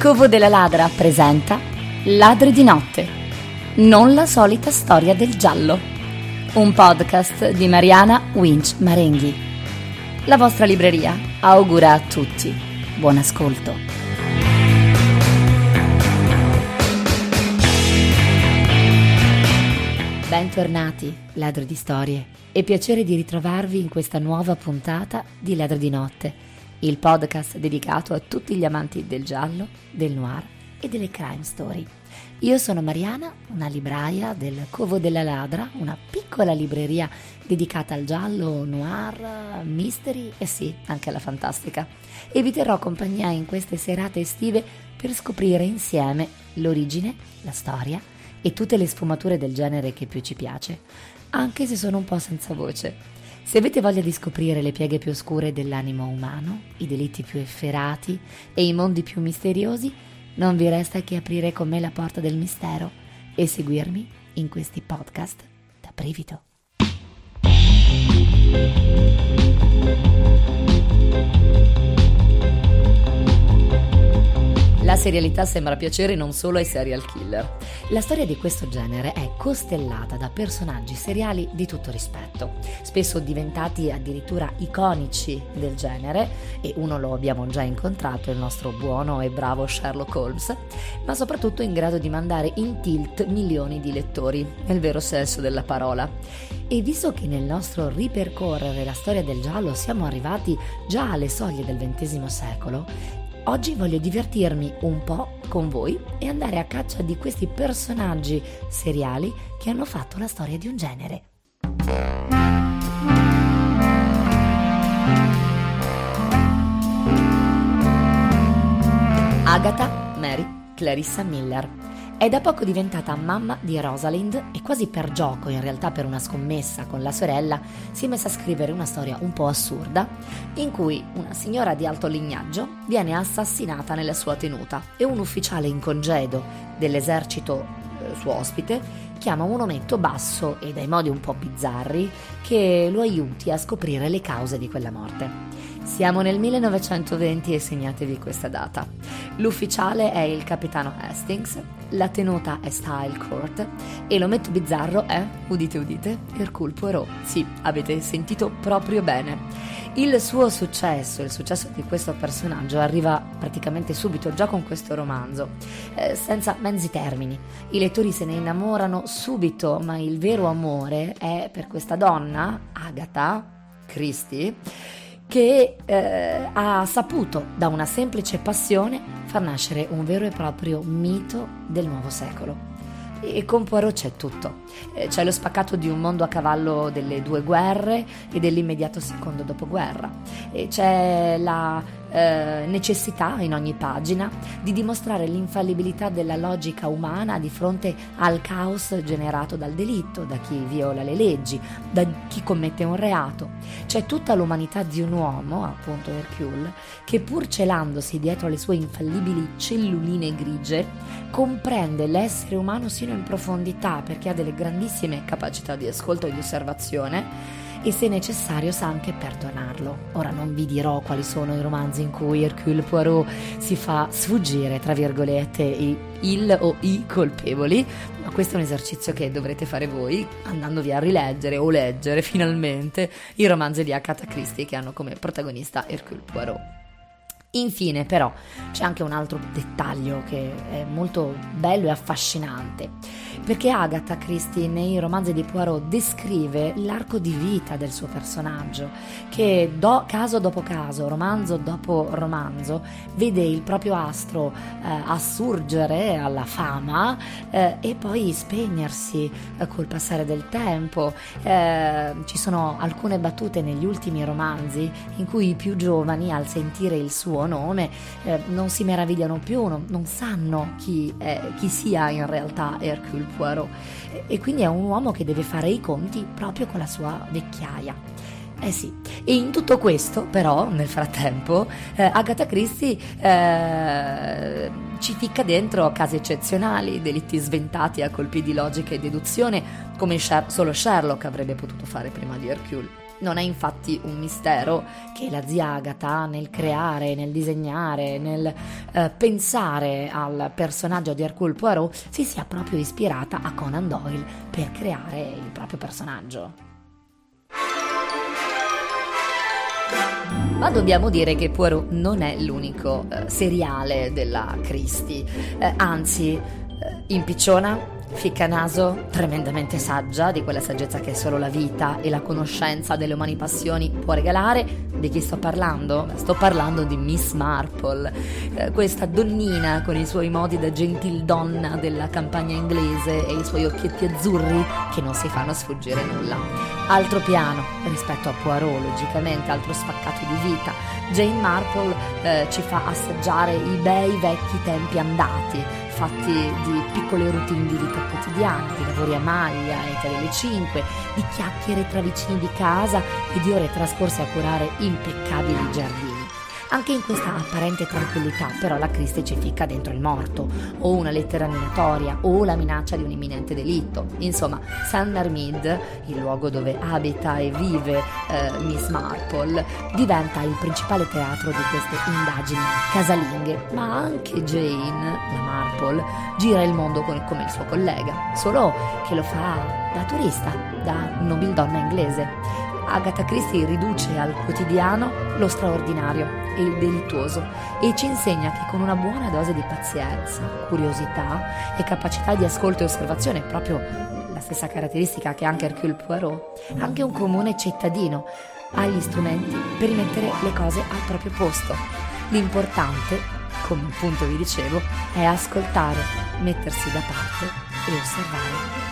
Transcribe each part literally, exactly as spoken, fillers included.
Covo della Ladra presenta Ladri di notte, non la solita storia del giallo. Un podcast di Mariana Winch Marenghi. La vostra libreria augura a tutti buon ascolto. Bentornati, ladri di storie, e piacere di ritrovarvi in questa nuova puntata di Ladri di notte, il podcast dedicato a tutti gli amanti del giallo, del noir e delle crime story. Io sono Mariana, una libraia del Covo della Ladra, una piccola libreria dedicata al giallo, noir, mystery e sì, anche alla fantastica. E vi terrò compagnia in queste serate estive per scoprire insieme l'origine, la storia e tutte le sfumature del genere che più ci piace, anche se sono un po' senza voce. Se avete voglia di scoprire le pieghe più oscure dell'animo umano, i delitti più efferati e i mondi più misteriosi, non vi resta che aprire con me la porta del mistero e seguirmi in questi podcast da brivido. La serialità sembra piacere non solo ai serial killer. La storia di questo genere è costellata da personaggi seriali di tutto rispetto, spesso diventati addirittura iconici del genere, e uno lo abbiamo già incontrato, il nostro buono e bravo Sherlock Holmes, ma soprattutto in grado di mandare in tilt milioni di lettori, nel vero senso della parola. E visto che nel nostro ripercorrere la storia del giallo siamo arrivati già alle soglie del ventesimo secolo, oggi voglio divertirmi un po' con voi e andare a caccia di questi personaggi seriali che hanno fatto la storia di un genere. Agatha Mary Clarissa Miller è da poco diventata mamma di Rosalind e quasi per gioco, in realtà per una scommessa con la sorella, si è messa a scrivere una storia un po' assurda in cui una signora di alto lignaggio viene assassinata nella sua tenuta e un ufficiale in congedo dell'esercito eh, suo ospite chiama un ometto basso e dai modi un po' bizzarri che lo aiuti a scoprire le cause di quella morte. Siamo nel millenovecentoventi e segnatevi questa data. L'ufficiale è il capitano Hastings, la tenuta è Style Court e l'ometto bizzarro è, udite udite, Hercule Poirot. Sì, avete sentito proprio bene. Il suo successo, il successo di questo personaggio arriva praticamente subito, già con questo romanzo, eh, senza mezzi termini. I lettori se ne innamorano subito, ma il vero amore è per questa donna, Agatha Christie, che eh, ha saputo da una semplice passione far nascere un vero e proprio mito del nuovo secolo. E con Poirot c'è tutto. Eh, c'è lo spaccato di un mondo a cavallo delle due guerre e dell'immediato secondo dopoguerra. E c'è la eh, necessità in ogni pagina di dimostrare l'infallibilità della logica umana di fronte al caos generato dal delitto, da chi viola le leggi, da chi commette un reato. C'è tutta l'umanità di un uomo, appunto Hercule, che pur celandosi dietro le sue infallibili celluline grigie, comprende l'essere umano sino in profondità, perché ha delle grandissime capacità di ascolto e di osservazione e, se necessario, sa anche perdonarlo. Ora non vi dirò quali sono i romanzi in cui Hercule Poirot si fa sfuggire, tra virgolette, i, il o i colpevoli, ma questo è un esercizio che dovrete fare voi andandovi a rileggere o leggere finalmente i romanzi di Agatha Christie che hanno come protagonista Hercule Poirot. Infine, però, c'è anche un altro dettaglio che è molto bello e affascinante, perché Agatha Christie nei romanzi di Poirot descrive l'arco di vita del suo personaggio, che do, caso dopo caso, romanzo dopo romanzo, vede il proprio astro eh, assurgere alla fama eh, e poi spegnersi eh, col passare del tempo. Eh, ci sono alcune battute negli ultimi romanzi in cui i più giovani, al sentire il suo nome, eh, non si meravigliano più, non, non sanno chi, eh, chi sia in realtà Hercule Poirot, e, e quindi è un uomo che deve fare i conti proprio con la sua vecchiaia. Eh sì, e in tutto questo però nel frattempo eh, Agatha Christie eh, ci ficca dentro casi eccezionali, delitti sventati a colpi di logica e deduzione, come Sher- solo Sherlock avrebbe potuto fare prima di Hercule. Non è infatti un mistero che la zia Agatha, nel creare, nel disegnare, nel eh, pensare al personaggio di Hercule Poirot, si sia proprio ispirata a Conan Doyle per creare il proprio personaggio. Ma dobbiamo dire che Poirot non è l'unico eh, seriale della Christie, eh, anzi eh, impicciona, ficca naso, tremendamente saggia, di quella saggezza che solo la vita e la conoscenza delle umane passioni può regalare. Di chi sto parlando? Sto parlando di Miss Marple, eh, questa donnina con i suoi modi da gentildonna della campagna inglese e i suoi occhietti azzurri che non si fanno sfuggire nulla. Altro piano rispetto a Poirot, logicamente, altro spaccato di vita. Jane Marple eh, ci fa assaggiare i bei vecchi tempi andati, fatti di piccole routine di vita quotidiana, di lavori a maglia e tele alle cinque, di chiacchiere tra vicini di casa e di ore trascorse a curare impeccabili giardini. Anche in questa apparente tranquillità, però, la Christie ci ficca dentro il morto, o una lettera minatoria, o la minaccia di un imminente delitto. Insomma, Sandar Mead, il luogo dove abita e vive eh, Miss Marple, diventa il principale teatro di queste indagini casalinghe, ma anche Jane, la Marple, gira il mondo con, come il suo collega, solo che lo fa da turista, da nobildonna inglese. Agatha Christie riduce al quotidiano lo straordinario e il delittuoso e ci insegna che con una buona dose di pazienza, curiosità e capacità di ascolto e osservazione, proprio la stessa caratteristica che ha anche Hercule Poirot, anche un comune cittadino ha gli strumenti per rimettere le cose al proprio posto. L'importante, come appunto vi dicevo, è ascoltare, mettersi da parte e osservare.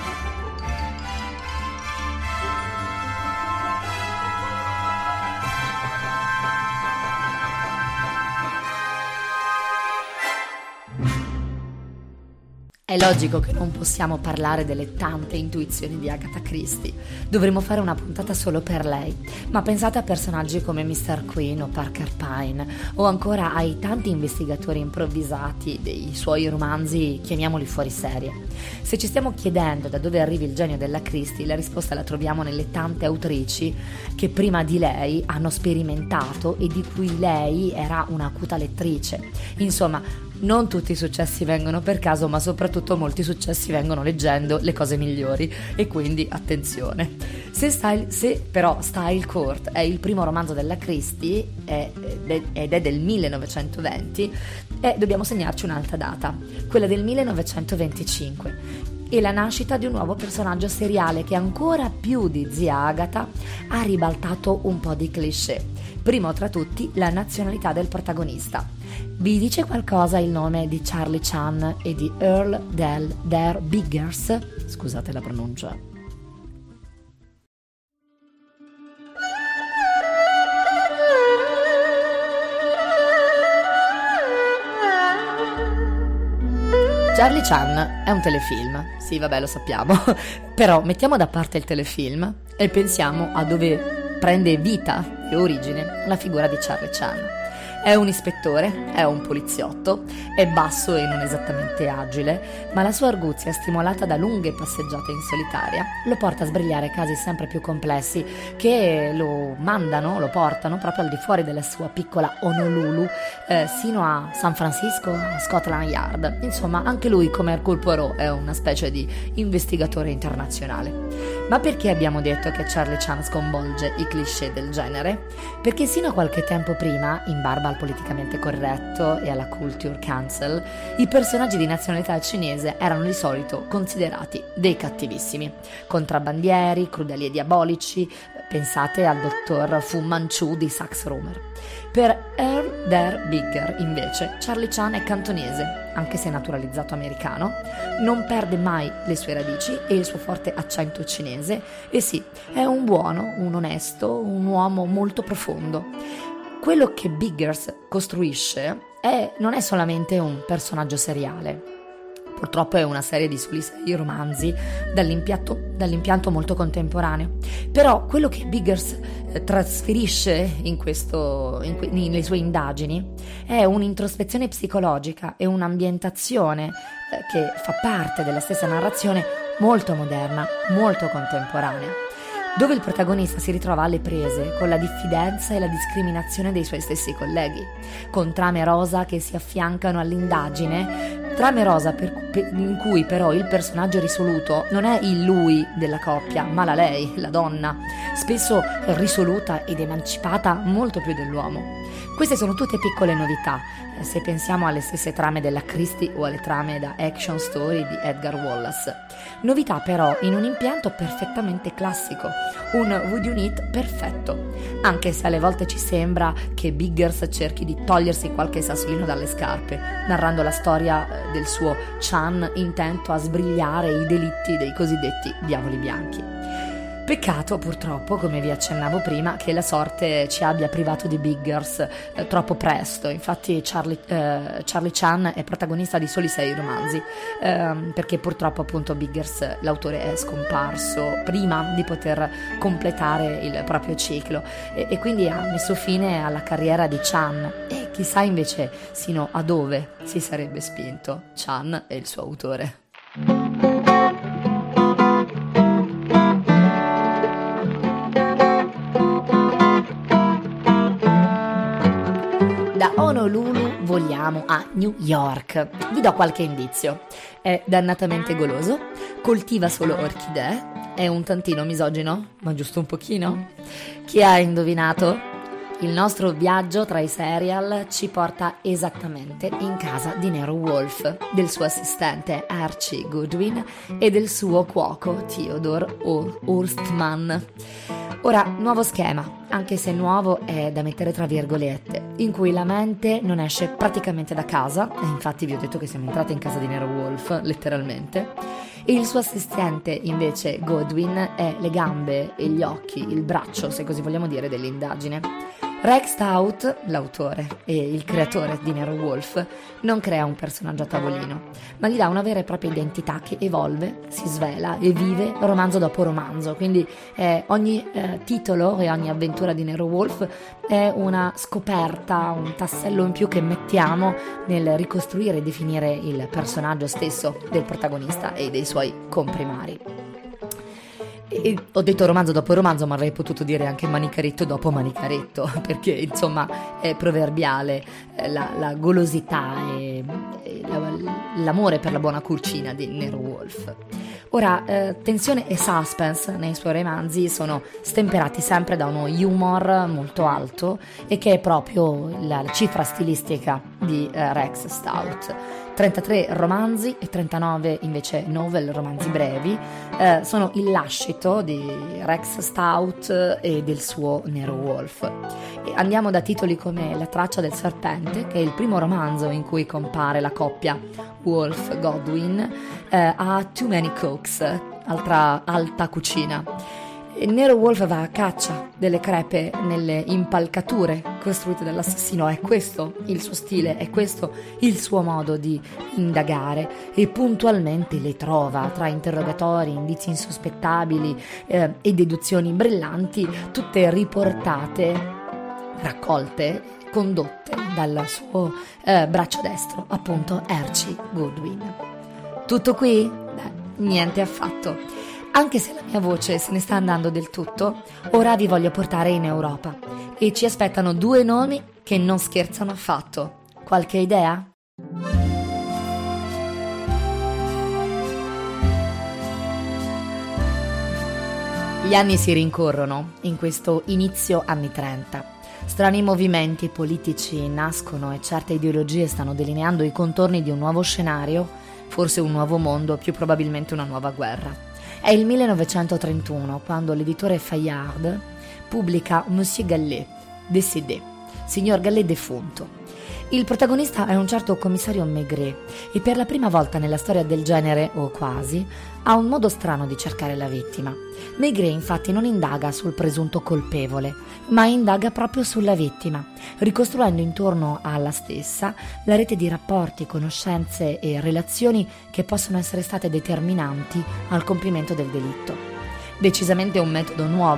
È logico che non possiamo parlare delle tante intuizioni di Agatha Christie, dovremmo fare una puntata solo per lei, ma pensate a personaggi come mister Queen o Parker Pyne, o ancora ai tanti investigatori improvvisati dei suoi romanzi, chiamiamoli fuori serie. Se ci stiamo chiedendo da dove arrivi il genio della Christie, la risposta la troviamo nelle tante autrici che prima di lei hanno sperimentato e di cui lei era un'acuta lettrice. Insomma, non tutti i successi vengono per caso, ma soprattutto molti successi vengono leggendo le cose migliori, e quindi attenzione. Se, Style, se però Style Court è il primo romanzo della Christie è, ed è del millenovecentoventi, eh, dobbiamo segnarci un'altra data, quella del millenovecentoventicinque. E la nascita di un nuovo personaggio seriale che ancora più di zia Agatha ha ribaltato un po' di cliché. Primo tra tutti la nazionalità del protagonista. Vi dice qualcosa il nome di Charlie Chan e di Earl Del Der Biggers? Scusate la pronuncia. Charlie Chan è un telefilm, sì vabbè lo sappiamo, però mettiamo da parte il telefilm e pensiamo a dove prende vita e origine la figura di Charlie Chan. È un ispettore, è un poliziotto, è basso e non esattamente agile, ma la sua arguzia, stimolata da lunghe passeggiate in solitaria, lo porta a sbrigliare casi sempre più complessi che lo mandano, lo portano proprio al di fuori della sua piccola Honolulu, eh, sino a San Francisco, a Scotland Yard. Insomma, anche lui, come Hercule Poirot, è una specie di investigatore internazionale. Ma perché abbiamo detto che Charlie Chan sconvolge i cliché del genere? Perché sino a qualche tempo prima, in barba al politicamente corretto e alla culture cancel, i personaggi di nazionalità cinese erano di solito considerati dei cattivissimi, contrabbandieri, crudeli e diabolici. Pensate al dottor Fu Manchu di Sax Rohmer. Per Earl Der Bigger, invece, Charlie Chan è cantonese, anche se naturalizzato americano, non perde mai le sue radici e il suo forte accento cinese, e sì, è un buono, un onesto, un uomo molto profondo. Quello che Biggers costruisce è, non è solamente un personaggio seriale. Purtroppo è una serie di soli sei romanzi dall'impianto, dall'impianto molto contemporaneo. Però quello che Biggers eh, trasferisce in questo, in que- nelle sue indagini è un'introspezione psicologica e un'ambientazione eh, che fa parte della stessa narrazione, molto moderna, molto contemporanea. dove il protagonista si ritrova alle prese con la diffidenza e la discriminazione dei suoi stessi colleghi, con trame rosa che si affiancano all'indagine, trame rosa per, per, in cui però il personaggio risoluto non è il lui della coppia, ma la lei, la donna, spesso risoluta ed emancipata molto più dell'uomo. Queste sono tutte piccole novità, se pensiamo alle stesse trame della Christie o alle trame da action story di Edgar Wallace. Novità però in un impianto perfettamente classico, un Would You Need perfetto, anche se alle volte ci sembra che Biggers cerchi di togliersi qualche sassolino dalle scarpe, narrando la storia del suo Chan intento a sbrigliare i delitti dei cosiddetti diavoli bianchi. Peccato, purtroppo, come vi accennavo prima, che la sorte ci abbia privato di Biggers eh, troppo presto. Infatti Charlie, eh, Charlie Chan è protagonista di soli sei romanzi, ehm, perché purtroppo appunto Biggers, l'autore, è scomparso prima di poter completare il proprio ciclo e, e quindi ha messo fine alla carriera di Chan e chissà invece sino a dove si sarebbe spinto Chan e il suo autore. Da Honolulu voliamo a New York. Vi do qualche indizio. È dannatamente goloso, coltiva solo orchidee, è un tantino misogino, ma giusto un pochino. Chi ha indovinato? Il nostro viaggio tra i serial ci porta esattamente in casa di Nero Wolfe, del suo assistente Archie Goodwin e del suo cuoco Theodore Horstman. Ora, nuovo schema, anche se nuovo è da mettere tra virgolette, in cui la mente non esce praticamente da casa, e infatti vi ho detto che siamo entrati in casa di Nero Wolfe, letteralmente, e il suo assistente invece Goodwin è le gambe e gli occhi, il braccio, se così vogliamo dire, dell'indagine. Rex Stout, l'autore e il creatore di Nero Wolfe, non crea un personaggio a tavolino, ma gli dà una vera e propria identità che evolve, si svela e vive romanzo dopo romanzo, quindi eh, ogni eh, titolo e ogni avventura di Nero Wolfe è una scoperta, un tassello in più che mettiamo nel ricostruire e definire il personaggio stesso del protagonista e dei suoi comprimari. E ho detto romanzo dopo romanzo, ma avrei potuto dire anche manicaretto dopo manicaretto, perché insomma è proverbiale eh, la, la golosità e, e la, l'amore per la buona cucina di Nero Wolfe. Ora, eh, tensione e suspense nei suoi romanzi sono stemperati sempre da uno humor molto alto e che è proprio la, la cifra stilistica di eh, Rex Stout. trentatré romanzi e trentanove invece novel, romanzi brevi, eh, sono il lascito di Rex Stout e del suo Nero Wolfe. E andiamo da titoli come La traccia del serpente, che è il primo romanzo in cui compare la coppia Wolfe-Godwin, eh, a Too Many Cooks, altra alta cucina. Nero Wolfe va a caccia delle crepe nelle impalcature costruite dall'assassino, è questo il suo stile, è questo il suo modo di indagare e puntualmente le trova tra interrogatori, indizi insospettabili eh, e deduzioni brillanti, tutte riportate, raccolte, condotte dal suo eh, braccio destro, appunto Archie Goodwin. Tutto qui? Beh, niente affatto. Anche se la mia voce se ne sta andando del tutto, ora vi voglio portare in Europa e ci aspettano due nomi che non scherzano affatto. Qualche idea? Gli anni si rincorrono in questo inizio anni trenta. Strani movimenti politici nascono e certe ideologie stanno delineando i contorni di un nuovo scenario, forse un nuovo mondo, più probabilmente una nuova guerra. È il millenovecentotrentuno quando l'editore Fayard pubblica Monsieur Gallet, décédé, signor Gallet defunto. Il protagonista è un certo commissario Maigret e per la prima volta nella storia del genere, o quasi, ha un modo strano di cercare la vittima. Maigret infatti non indaga sul presunto colpevole, ma indaga proprio sulla vittima, ricostruendo intorno alla stessa la rete di rapporti, conoscenze e relazioni che possono essere state determinanti al compimento del delitto. Decisamente un metodo nuovo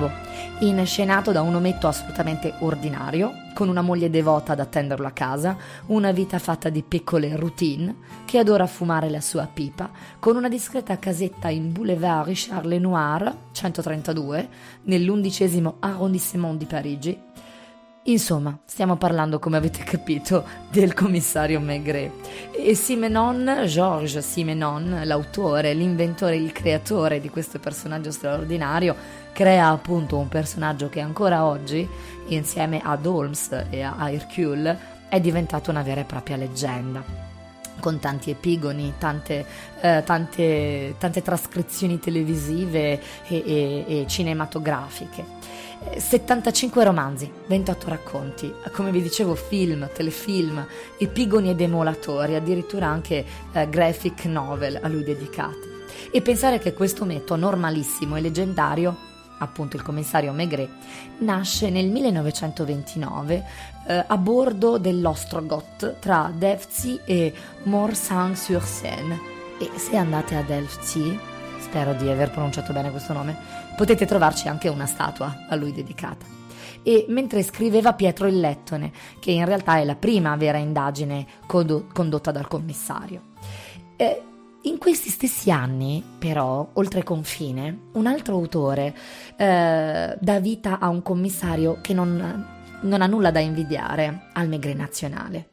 inscenato da un ometto assolutamente ordinario, con una moglie devota ad attenderlo a casa, una vita fatta di piccole routine, che adora fumare la sua pipa, con una discreta casetta in Boulevard Richard Lenoir, centotrentadue, nell'undicesimo arrondissement di Parigi. Insomma, stiamo parlando, come avete capito, del commissario Maigret. E Simenon, Georges Simenon, l'autore, l'inventore, il creatore di questo personaggio straordinario, crea appunto un personaggio che ancora oggi, insieme ad Holmes e a Hercule, è diventato una vera e propria leggenda, con tanti epigoni, tante, eh, tante, tante trascrizioni televisive e, e, e cinematografiche. settantacinque romanzi, ventotto racconti, come vi dicevo film, telefilm, epigoni ed emulatori, addirittura anche eh, graphic novel a lui dedicati. E pensare che questo ometto normalissimo e leggendario, appunto il commissario Maigret, nasce nel millenovecentoventinove eh, a bordo dell'Ostrogoth tra Delphi e Morsang-sur-Seine. E se andate a Delphi, spero di aver pronunciato bene questo nome, potete trovarci anche una statua a lui dedicata. E mentre scriveva Pietro il Lettone, che in realtà è la prima vera indagine codo- condotta dal commissario. E in questi stessi anni, però, oltre confine, un altro autore eh, dà vita a un commissario che non, non ha nulla da invidiare al Maigret nazionale.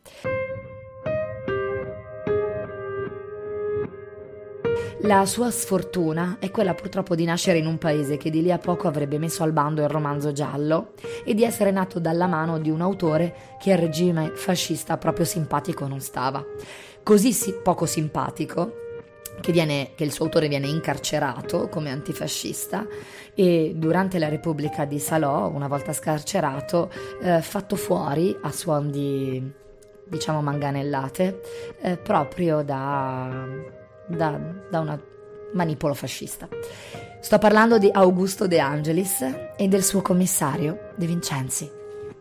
La sua sfortuna è quella purtroppo di nascere in un paese che di lì a poco avrebbe messo al bando il romanzo giallo e di essere nato dalla mano di un autore che al regime fascista proprio simpatico non stava. Così si- poco simpatico che, viene, che il suo autore viene incarcerato come antifascista e durante la Repubblica di Salò, una volta scarcerato, eh, fatto fuori a suon di, diciamo, manganellate, eh, proprio da... Da, da una manipolo fascista. Sto parlando di Augusto De Angelis e del suo commissario De Vincenzi.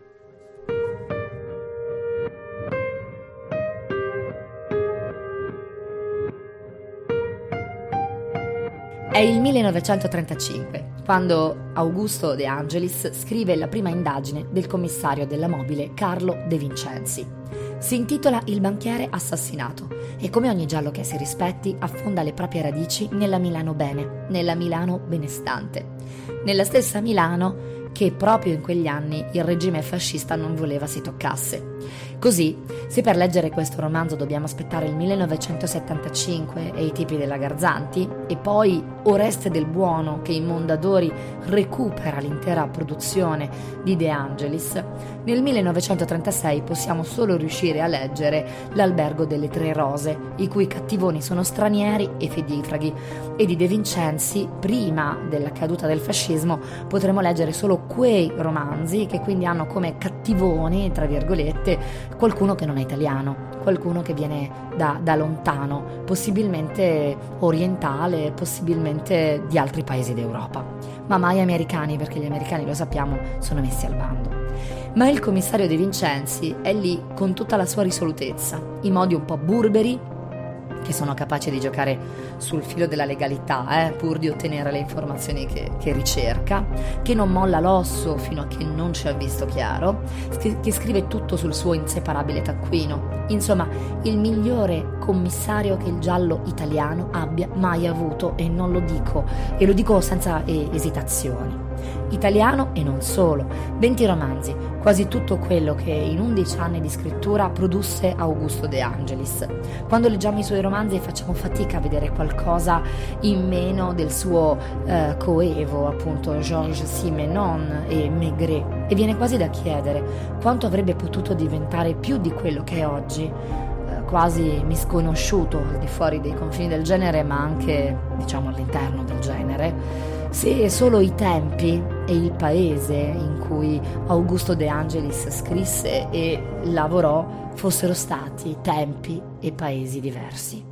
È il millenovecentotrentacinque, quando Augusto De Angelis scrive la prima indagine del commissario della mobile Carlo De Vincenzi. Si intitola Il banchiere assassinato e, come ogni giallo che si rispetti, affonda le proprie radici nella Milano bene, nella Milano benestante, nella stessa Milano che proprio in quegli anni il regime fascista non voleva si toccasse. Così, se per leggere questo romanzo dobbiamo aspettare il millenovecentosettantacinque e i tipi della Garzanti, e poi Oreste del Buono che in Mondadori recupera l'intera produzione di De Angelis, nel millenovecentotrentasei possiamo solo riuscire a leggere L'Albergo delle Tre Rose, i cui cattivoni sono stranieri e fedifraghi, e di De Vincenzi, prima della caduta del fascismo, potremo leggere solo quei romanzi che quindi hanno come cattivoni, tra virgolette, qualcuno che non è italiano, qualcuno che viene da, da lontano, possibilmente orientale, possibilmente di altri paesi d'Europa, ma mai americani, perché gli americani, lo sappiamo, sono messi al bando. Ma il commissario De Vincenzi è lì con tutta la sua risolutezza, i modi un po' burberi, che sono capaci di giocare sul filo della legalità, eh, pur di ottenere le informazioni che, che ricerca, che non molla l'osso fino a che non ci ha visto chiaro, che scrive tutto sul suo inseparabile taccuino. Insomma, il migliore commissario che il giallo italiano abbia mai avuto, e non lo dico, e lo dico senza esitazioni. Italiano e non solo, venti romanzi, quasi tutto quello che in undici anni di scrittura produsse Augusto De Angelis. Quando leggiamo i suoi romanzi facciamo fatica a vedere qualcosa in meno del suo eh, coevo, appunto Georges Simenon e Maigret, e viene quasi da chiedere quanto avrebbe potuto diventare più di quello che è oggi, eh, quasi misconosciuto al di fuori dei confini del genere, ma anche, diciamo, all'interno del genere, se solo i tempi e il paese in cui Augusto De Angelis scrisse e lavorò fossero stati tempi e paesi diversi.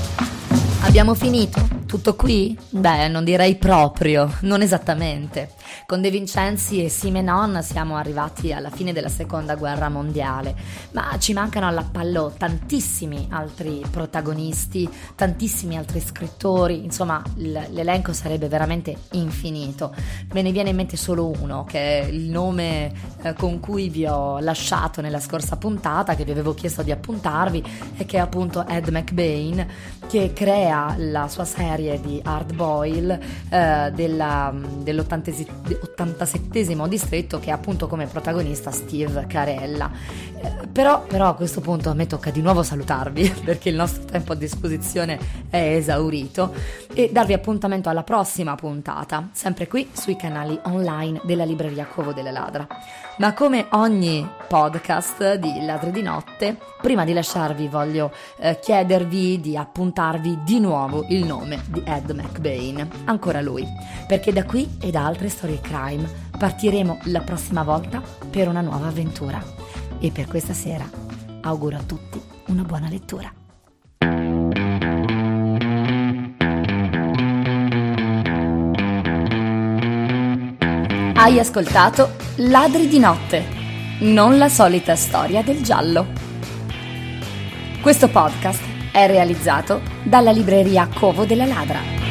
Abbiamo finito? Tutto qui? Beh, non direi proprio, non esattamente. Con De Vincenzi e Simenon siamo arrivati alla fine della seconda guerra mondiale, ma ci mancano all'appello tantissimi altri protagonisti, tantissimi altri scrittori, insomma l'elenco sarebbe veramente infinito. Me ne viene in mente solo uno, che è il nome eh, con cui vi ho lasciato nella scorsa puntata, che vi avevo chiesto di appuntarvi, e che è appunto Ed McBain, che crea la sua serie di Hard Boiled eh, della, dell'ottantasettesimo distretto, che ha appunto come protagonista Steve Carella. Eh, però, però a questo punto a me tocca di nuovo salutarvi perché il nostro tempo a disposizione è esaurito, e darvi appuntamento alla prossima puntata, sempre qui sui canali online della libreria Covo delle Ladra. Ma come ogni podcast di Ladri di Notte, prima di lasciarvi voglio eh, chiedervi di appuntarvi di nuovo il nome di Ed McBain, ancora lui, perché da qui e da altre storie crime partiremo la prossima volta per una nuova avventura. E per questa sera auguro a tutti una buona lettura. Hai ascoltato Ladri di Notte, non la solita storia del giallo. Questo podcast è realizzato dalla libreria Covo della Ladra.